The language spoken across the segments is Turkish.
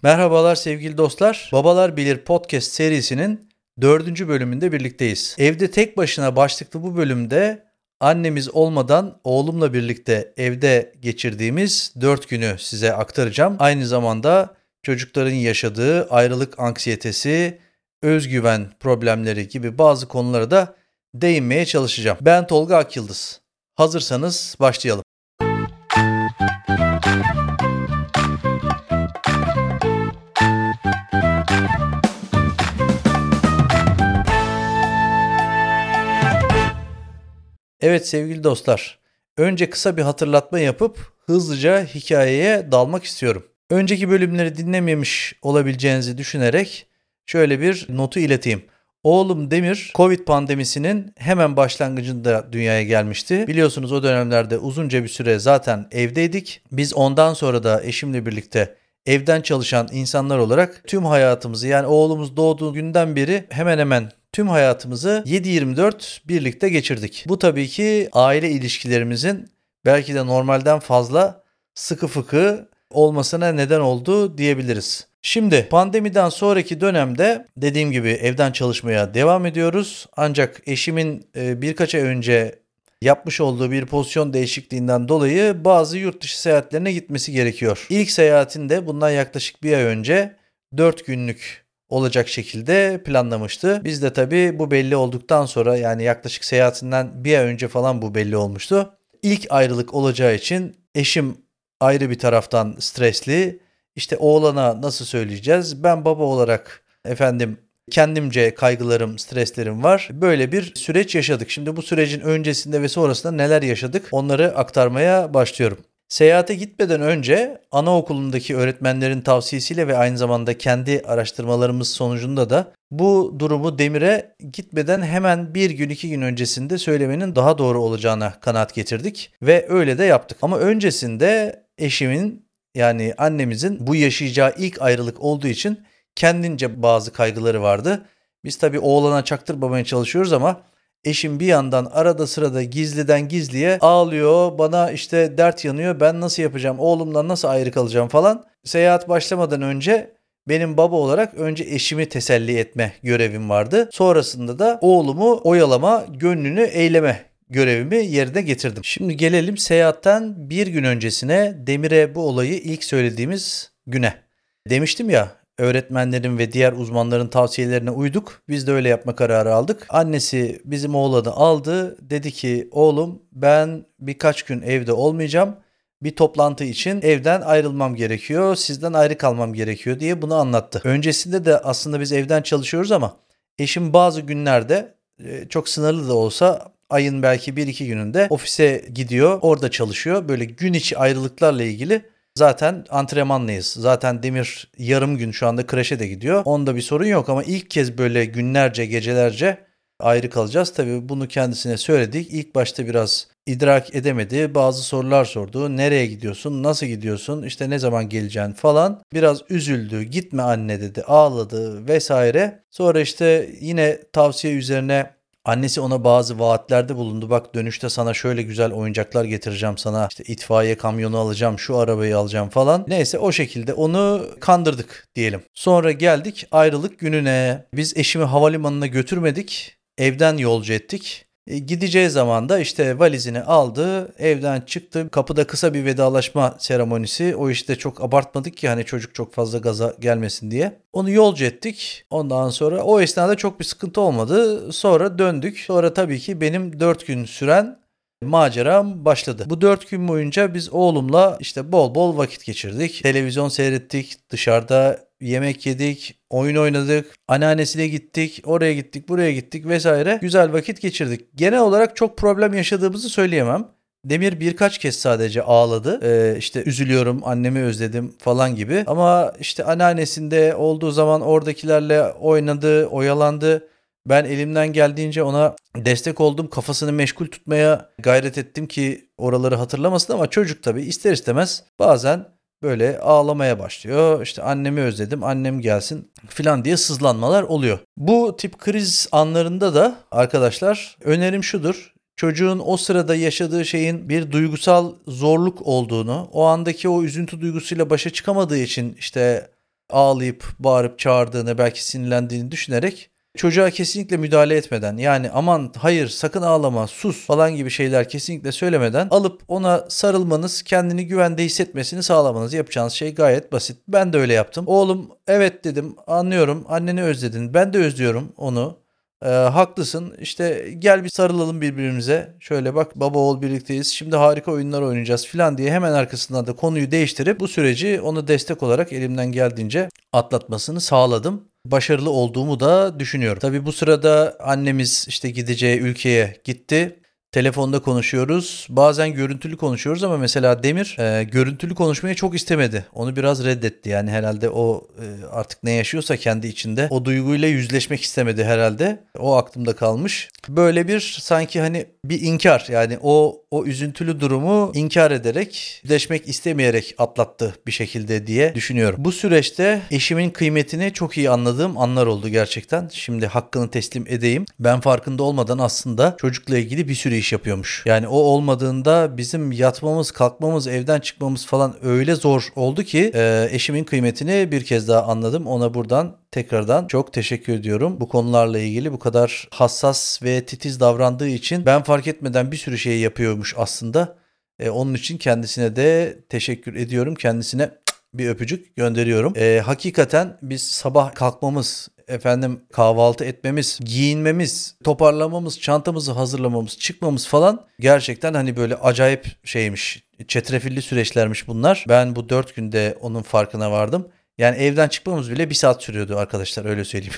Merhabalar sevgili dostlar. Babalar Bilir podcast serisinin 4. bölümünde birlikteyiz. Evde tek başına başlıklı bu bölümde annemiz olmadan oğlumla birlikte evde geçirdiğimiz 4 günü size aktaracağım. Aynı zamanda çocukların yaşadığı ayrılık anksiyetesi, özgüven problemleri gibi bazı konulara da değinmeye çalışacağım. Ben Tolga Akyıldız. Hazırsanız başlayalım. Evet sevgili dostlar, önce kısa bir hatırlatma yapıp hızlıca hikayeye dalmak istiyorum. Önceki bölümleri dinlememiş olabileceğinizi düşünerek şöyle bir notu ileteyim. Oğlum Demir, Covid pandemisinin hemen başlangıcında dünyaya gelmişti. Biliyorsunuz o dönemlerde uzunca bir süre zaten evdeydik. Biz ondan sonra da eşimle birlikte evden çalışan insanlar olarak tüm hayatımızı, yani oğlumuz doğduğu günden beri hemen hemen tüm hayatımızı 7/24 birlikte geçirdik. Bu tabii ki aile ilişkilerimizin belki de normalden fazla sıkı fıkı olmasına neden oldu diyebiliriz. Şimdi pandemiden sonraki dönemde dediğim gibi evden çalışmaya devam ediyoruz. Ancak eşimin birkaç ay önce yapmış olduğu bir pozisyon değişikliğinden dolayı bazı yurt dışı seyahatlerine gitmesi gerekiyor. İlk seyahatinde bundan yaklaşık bir ay önce 4 günlük olacak şekilde planlamıştı. Biz de tabii bu belli olduktan sonra, yani yaklaşık seyahatinden bir ay önce falan bu belli olmuştu. İlk ayrılık olacağı için eşim ayrı bir taraftan stresli. İşte oğlana nasıl söyleyeceğiz? Ben baba olarak kendimce kaygılarım, streslerim var. Böyle bir süreç yaşadık. Şimdi bu sürecin öncesinde ve sonrasında neler yaşadık? Onları aktarmaya başlıyorum. Seyahate gitmeden önce anaokulundaki öğretmenlerin tavsiyesiyle ve aynı zamanda kendi araştırmalarımız sonucunda da bu durumu Demir'e gitmeden hemen bir gün 2 gün öncesinde söylemenin daha doğru olacağına kanaat getirdik ve öyle de yaptık. Ama öncesinde eşimin, yani annemizin bu yaşayacağı ilk ayrılık olduğu için kendince bazı kaygıları vardı. Biz tabii oğlana çaktırmamaya çalışıyoruz ama eşim bir yandan arada sırada gizliden gizliye ağlıyor, bana işte dert yanıyor, ben nasıl yapacağım, oğlumdan nasıl ayrı kalacağım falan. Seyahat başlamadan önce benim baba olarak önce eşimi teselli etme görevim vardı. Sonrasında da oğlumu oyalama, gönlünü eyleme görevimi yerine getirdim. Şimdi gelelim seyahatten bir gün öncesine, Demir'e bu olayı ilk söylediğimiz güne. Demiştim ya, öğretmenlerin ve diğer uzmanların tavsiyelerine uyduk. Biz de öyle yapma kararı aldık. Annesi bizim oğlanı aldı. Dedi ki oğlum, ben birkaç gün evde olmayacağım. Bir toplantı için evden ayrılmam gerekiyor. Sizden ayrı kalmam gerekiyor diye bunu anlattı. Öncesinde de aslında biz evden çalışıyoruz ama eşim bazı günlerde çok sınırlı da olsa ayın belki 1-2 gününde ofise gidiyor. Orada çalışıyor. Böyle gün içi ayrılıklarla ilgili zaten antrenmanlıyız. Zaten Demir yarım gün şu anda kreşe de gidiyor. Onda bir sorun yok ama ilk kez böyle günlerce, gecelerce ayrı kalacağız. Tabii bunu kendisine söyledik. İlk başta biraz idrak edemedi. Bazı sorular sordu. Nereye gidiyorsun? Nasıl gidiyorsun? İşte ne zaman geleceksin falan. Biraz üzüldü. Gitme anne dedi. Ağladı vesaire. Sonra işte yine tavsiye üzerine annesi ona bazı vaatlerde bulundu. Bak, dönüşte sana şöyle güzel oyuncaklar getireceğim sana. İşte itfaiye kamyonu alacağım, şu arabayı alacağım falan. Neyse, o şekilde onu kandırdık diyelim. Sonra geldik ayrılık gününe. Biz eşimi havalimanına götürmedik. Evden yolcu ettik. Gideceği zaman da işte valizini aldı, evden çıktı. Kapıda kısa bir vedalaşma seremonisi. O işte çok abartmadık ki hani çocuk çok fazla gaza gelmesin diye. Onu yolcu ettik. Ondan sonra o esnada çok bir sıkıntı olmadı. Sonra döndük. Sonra tabii ki benim 4 gün süren maceram başladı. Bu 4 gün boyunca biz oğlumla işte bol bol vakit geçirdik. Televizyon seyrettik, dışarıda yemek yedik, oyun oynadık, anneannesiyle gittik, oraya gittik, buraya gittik vesaire. Güzel vakit geçirdik. Genel olarak çok problem yaşadığımızı söyleyemem. Demir birkaç kez sadece ağladı. İşte üzülüyorum, annemi özledim falan gibi. Ama işte anneannesinde olduğu zaman oradakilerle oynadı, oyalandı. Ben elimden geldiğince ona destek oldum. Kafasını meşgul tutmaya gayret ettim ki oraları hatırlamasın ama çocuk tabii ister istemez bazen böyle ağlamaya başlıyor. İşte annemi özledim, annem gelsin filan diye sızlanmalar oluyor. Bu tip kriz anlarında da arkadaşlar önerim şudur. Çocuğun o sırada yaşadığı şeyin bir duygusal zorluk olduğunu, o andaki o üzüntü duygusuyla başa çıkamadığı için işte ağlayıp bağırıp çağırdığını, belki sinirlendiğini düşünerek çocuğa kesinlikle müdahale etmeden, yani aman hayır sakın ağlama sus falan gibi şeyler kesinlikle söylemeden alıp ona sarılmanız, kendini güvende hissetmesini sağlamanız, yapacağınız şey gayet basit. Ben de öyle yaptım. Oğlum evet dedim, anlıyorum, anneni özledin, ben de özlüyorum onu. Haklısın, işte gel bir sarılalım birbirimize, şöyle bak baba oğul birlikteyiz, şimdi harika oyunlar oynayacağız falan diye hemen arkasından da konuyu değiştirip bu süreci ona destek olarak elimden geldiğince atlatmasını sağladım. Başarılı olduğumu da düşünüyorum. Tabii bu sırada annemiz işte gideceği ülkeye gitti. Telefonda konuşuyoruz. Bazen görüntülü konuşuyoruz ama mesela Demir görüntülü konuşmayı çok istemedi. Onu biraz reddetti. Yani herhalde o artık ne yaşıyorsa kendi içinde o duyguyla yüzleşmek istemedi herhalde. O aklımda kalmış. Böyle bir sanki hani bir inkar, yani o üzüntülü durumu inkar ederek, yüzleşmek istemeyerek atlattı bir şekilde diye düşünüyorum. Bu süreçte eşimin kıymetini çok iyi anladığım anlar oldu gerçekten. Şimdi hakkını teslim edeyim. Ben farkında olmadan aslında çocukla ilgili bir sürü iş yapıyormuş. Yani o olmadığında bizim yatmamız, kalkmamız, evden çıkmamız falan öyle zor oldu ki eşimin kıymetini bir kez daha anladım. Ona buradan tekrardan çok teşekkür ediyorum. Bu konularla ilgili bu kadar hassas ve titiz davrandığı için ben fark etmeden bir sürü şey yapıyormuş aslında. Onun için kendisine de teşekkür ediyorum. Kendisine bir öpücük gönderiyorum. Hakikaten biz sabah kalkmamız, kahvaltı etmemiz, giyinmemiz, toparlamamız, çantamızı hazırlamamız, çıkmamız falan gerçekten hani böyle acayip şeymiş. Çetrefilli süreçlermiş bunlar. Ben bu 4 günde onun farkına vardım. Yani evden çıkmamız bile 1 saat sürüyordu arkadaşlar, öyle söyleyeyim.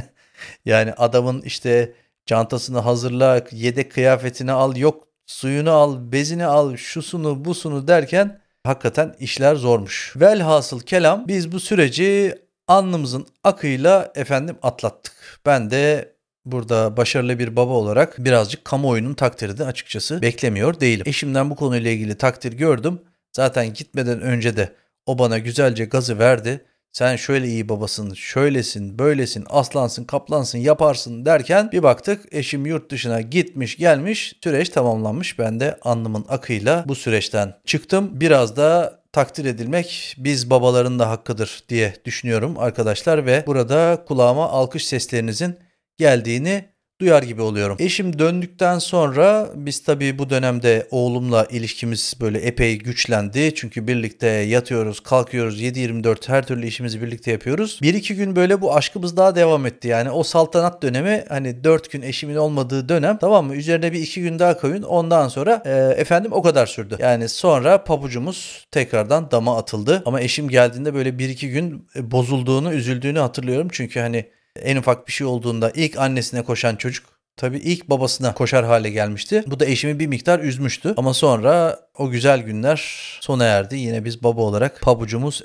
Yani adamın işte çantasını hazırla, yedek kıyafetini al, yok suyunu al, bezini al, şusunu busunu derken hakikaten işler zormuş. Velhasıl kelam biz bu süreci alnımızın akıyla atlattık. Ben de burada başarılı bir baba olarak birazcık kamuoyunun takdirini açıkçası beklemiyor değilim. Eşimden bu konuyla ilgili takdir gördüm. Zaten gitmeden önce de o bana güzelce gazı verdi. Sen şöyle iyi babasın, şöylesin, böylesin, aslansın, kaplansın, yaparsın derken bir baktık eşim yurt dışına gitmiş gelmiş, süreç tamamlanmış. Ben de alnımın akıyla bu süreçten çıktım. Biraz da takdir edilmek biz babaların da hakkıdır diye düşünüyorum arkadaşlar ve burada kulağıma alkış seslerinizin geldiğini duyar gibi oluyorum. Eşim döndükten sonra biz tabii bu dönemde oğlumla ilişkimiz böyle epey güçlendi. Çünkü birlikte yatıyoruz, kalkıyoruz, 7/24 her türlü işimizi birlikte yapıyoruz. 1-2 gün böyle bu aşkımız daha devam etti. Yani o saltanat dönemi, hani 4 gün eşimin olmadığı dönem, tamam mı? Üzerine bir 2 gün daha koyun. Ondan sonra o kadar sürdü. Yani sonra pabucumuz tekrardan dama atıldı. Ama eşim geldiğinde böyle 1-2 gün bozulduğunu, üzüldüğünü hatırlıyorum. Çünkü hani en ufak bir şey olduğunda ilk annesine koşan çocuk tabii ilk babasına koşar hale gelmişti. Bu da eşimi bir miktar üzmüştü. Ama sonra o güzel günler sona erdi. Yine biz baba olarak pabucumuz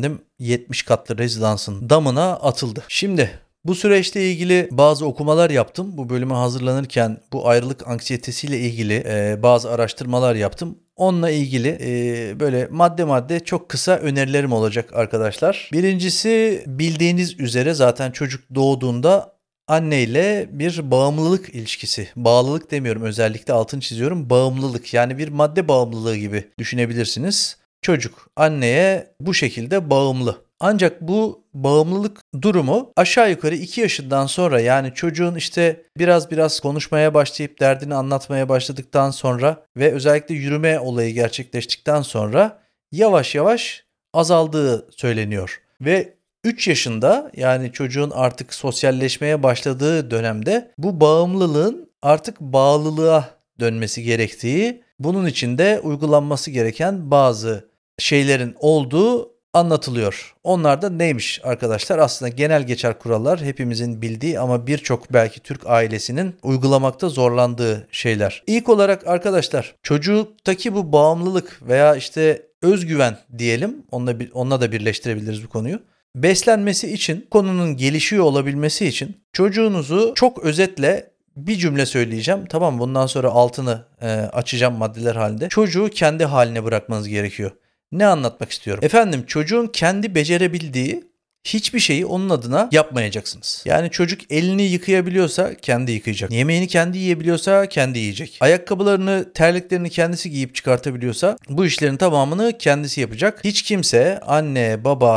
70 katlı rezidansın damına atıldı. Şimdi bu süreçle ilgili bazı okumalar yaptım. Bu bölüme hazırlanırken bu ayrılık anksiyetesiyle ilgili bazı araştırmalar yaptım. Onunla ilgili böyle madde madde çok kısa önerilerim olacak arkadaşlar. Birincisi, bildiğiniz üzere zaten çocuk doğduğunda anneyle bir bağımlılık ilişkisi. Bağlılık demiyorum, özellikle altını çiziyorum. Bağımlılık, yani bir madde bağımlılığı gibi düşünebilirsiniz. Çocuk anneye bu şekilde bağımlı. Ancak bu bağımlılık durumu aşağı yukarı 2 yaşından sonra, yani çocuğun işte biraz konuşmaya başlayıp derdini anlatmaya başladıktan sonra ve özellikle yürüme olayı gerçekleştikten sonra yavaş yavaş azaldığı söyleniyor. Ve 3 yaşında, yani çocuğun artık sosyalleşmeye başladığı dönemde bu bağımlılığın artık bağlılığa dönmesi gerektiği, bunun için de uygulanması gereken bazı şeylerin olduğu anlatılıyor. Onlar da neymiş arkadaşlar? Aslında genel geçer kurallar, hepimizin bildiği ama birçok belki Türk ailesinin uygulamakta zorlandığı şeyler. İlk olarak arkadaşlar, çocuktaki bu bağımlılık veya işte özgüven diyelim, onunla da birleştirebiliriz bu konuyu. Beslenmesi için, konunun gelişiyor olabilmesi için çocuğunuzu çok özetle bir cümle söyleyeceğim. Tamam, bundan sonra altını açacağım maddeler halinde. Çocuğu kendi haline bırakmanız gerekiyor. Ne anlatmak istiyorum? Çocuğun kendi becerebildiği hiçbir şeyi onun adına yapmayacaksınız. Yani çocuk elini yıkayabiliyorsa kendi yıkayacak. Yemeğini kendi yiyebiliyorsa kendi yiyecek. Ayakkabılarını, terliklerini kendisi giyip çıkartabiliyorsa bu işlerin tamamını kendisi yapacak. Hiç kimse, anne, baba,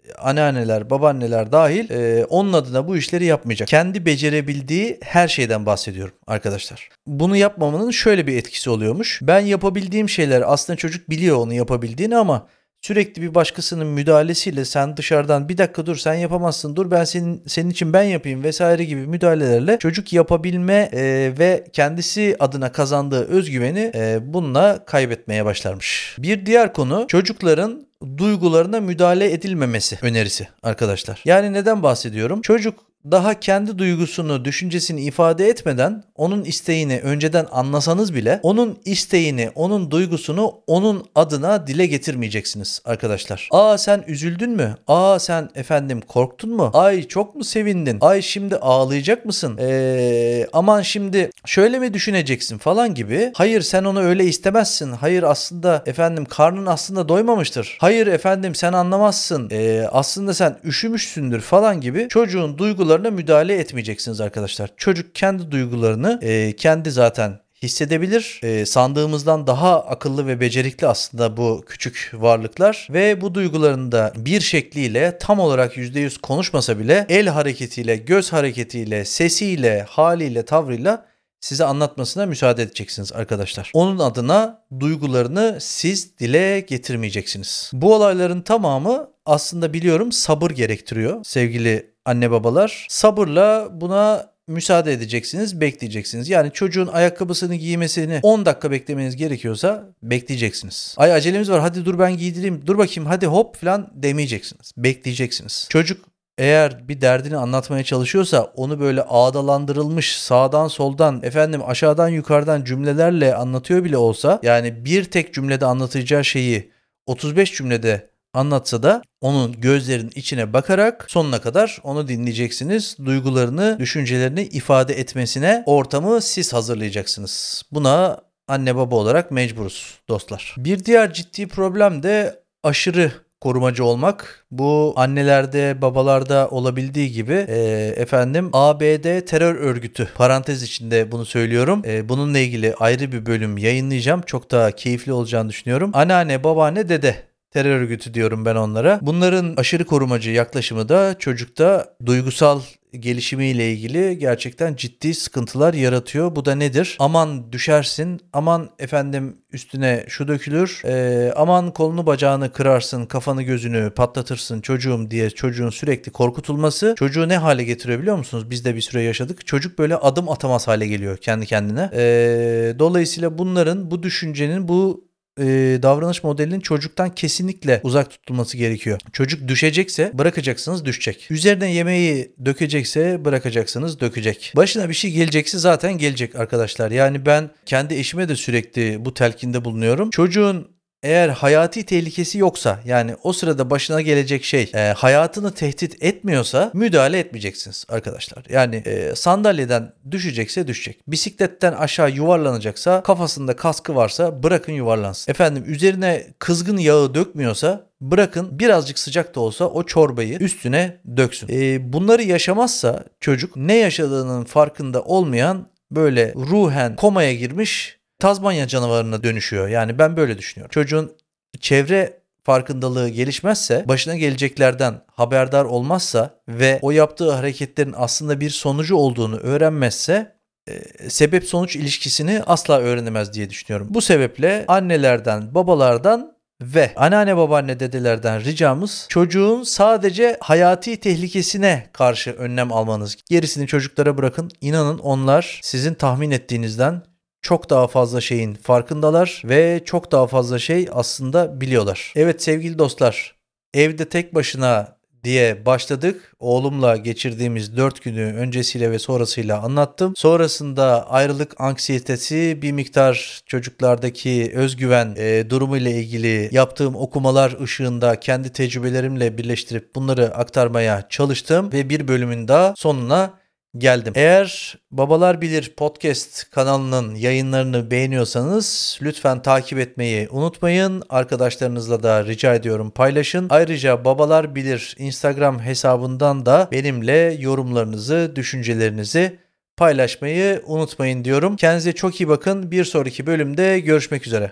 anneanneler, babaanneler dahil onun adına bu işleri yapmayacak. Kendi becerebildiği her şeyden bahsediyorum arkadaşlar. Bunu yapmamanın şöyle bir etkisi oluyormuş. Ben yapabildiğim şeyler, aslında çocuk biliyor onu yapabildiğini ama sürekli bir başkasının müdahalesiyle sen dışarıdan bir dakika dur sen yapamazsın, dur ben senin için ben yapayım vesaire gibi müdahalelerle çocuk yapabilme ve kendisi adına kazandığı özgüveni bununla kaybetmeye başlarmış. Bir diğer konu çocukların duygularına müdahale edilmemesi önerisi arkadaşlar. Yani neden bahsediyorum? Çocuk daha kendi duygusunu, düşüncesini ifade etmeden onun isteğini önceden anlasanız bile onun isteğini, onun duygusunu onun adına dile getirmeyeceksiniz arkadaşlar. Aa sen üzüldün mü? Aa sen efendim korktun mu? Ay çok mu sevindin? Ay şimdi ağlayacak mısın? Aman şimdi şöyle mi düşüneceksin falan gibi. Hayır sen onu öyle istemezsin. Hayır aslında efendim karnın aslında doymamıştır. Hayır efendim sen anlamazsın. Aslında sen üşümüşsündür falan gibi çocuğun duygularına müdahale etmeyeceksiniz arkadaşlar. Çocuk kendi duygularını kendi zaten hissedebilir. Sandığımızdan daha akıllı ve becerikli aslında bu küçük varlıklar ve bu duygularını da bir şekliyle tam olarak %100 konuşmasa bile el hareketiyle, göz hareketiyle, sesiyle, haliyle, tavrıyla size anlatmasına müsaade edeceksiniz arkadaşlar. Onun adına duygularını siz dile getirmeyeceksiniz. Bu olayların tamamı aslında biliyorum sabır gerektiriyor sevgili anne babalar. Sabırla buna müsaade edeceksiniz, bekleyeceksiniz. Yani çocuğun ayakkabısını giymesini 10 dakika beklemeniz gerekiyorsa bekleyeceksiniz. Ay acelemiz var hadi dur ben giydireyim, dur bakayım hadi hop falan demeyeceksiniz. Bekleyeceksiniz. Çocuk eğer bir derdini anlatmaya çalışıyorsa onu böyle ağdalandırılmış sağdan soldan efendim aşağıdan yukarıdan cümlelerle anlatıyor bile olsa yani bir tek cümlede anlatacağı şeyi 35 cümlede anlatsa da onun gözlerinin içine bakarak sonuna kadar onu dinleyeceksiniz. Duygularını, düşüncelerini ifade etmesine ortamı siz hazırlayacaksınız. Buna anne baba olarak mecburuz dostlar. Bir diğer ciddi problem de aşırı korumacı olmak. Bu annelerde, babalarda olabildiği gibi ABD terör örgütü parantez içinde bunu söylüyorum. Bununla ilgili ayrı bir bölüm yayınlayacağım. Çok daha keyifli olacağını düşünüyorum. Anneanne, babaanne, dede terör örgütü diyorum ben onlara. Bunların aşırı korumacı yaklaşımı da çocukta duygusal gelişimiyle ilgili gerçekten ciddi sıkıntılar yaratıyor. Bu da nedir? Aman düşersin, aman efendim üstüne şu dökülür, aman kolunu bacağını kırarsın, kafanı gözünü patlatırsın çocuğum diye çocuğun sürekli korkutulması çocuğu ne hale getiriyor biliyor musunuz? Biz de bir süre yaşadık. Çocuk böyle adım atamaz hale geliyor kendi kendine. Dolayısıyla bunların, bu düşüncenin, bu davranış modelinin çocuktan kesinlikle uzak tutulması gerekiyor. Çocuk düşecekse bırakacaksınız düşecek. Üzerine yemeği dökecekse bırakacaksınız dökecek. Başına bir şey gelecekse zaten gelecek arkadaşlar. Yani ben kendi eşime de sürekli bu telkinde bulunuyorum. Çocuğun eğer hayati tehlikesi yoksa yani o sırada başına gelecek şey hayatını tehdit etmiyorsa müdahale etmeyeceksiniz arkadaşlar. Yani sandalyeden düşecekse düşecek. Bisikletten aşağı yuvarlanacaksa kafasında kaskı varsa bırakın yuvarlansın. Efendim üzerine kızgın yağı dökmüyorsa bırakın birazcık sıcak da olsa o çorbayı üstüne döksün. Bunları yaşamazsa çocuk ne yaşadığının farkında olmayan böyle ruhen komaya girmiş Tazmanya canavarına dönüşüyor. Yani ben böyle düşünüyorum. Çocuğun çevre farkındalığı gelişmezse, başına geleceklerden haberdar olmazsa ve o yaptığı hareketlerin aslında bir sonucu olduğunu öğrenmezse sebep sonuç ilişkisini asla öğrenemez diye düşünüyorum. Bu sebeple annelerden, babalardan ve anneanne, babaanne, dedelerden ricamız çocuğun sadece hayati tehlikesine karşı önlem almanız. Gerisini çocuklara bırakın. İnanın onlar sizin tahmin ettiğinizden çok daha fazla şeyin farkındalar ve çok daha fazla şey aslında biliyorlar. Evet sevgili dostlar, evde tek başına diye başladık. Oğlumla geçirdiğimiz 4 günü öncesiyle ve sonrasıyla anlattım. Sonrasında ayrılık anksiyetesi, bir miktar çocuklardaki özgüven durumu ile ilgili yaptığım okumalar ışığında kendi tecrübelerimle birleştirip bunları aktarmaya çalıştım ve bir bölümün daha sonuna geldim. Eğer Babalar Bilir podcast kanalının yayınlarını beğeniyorsanız lütfen takip etmeyi unutmayın. Arkadaşlarınızla da rica ediyorum paylaşın. Ayrıca Babalar Bilir Instagram hesabından da benimle yorumlarınızı, düşüncelerinizi paylaşmayı unutmayın diyorum. Kendinize çok iyi bakın. Bir sonraki bölümde görüşmek üzere.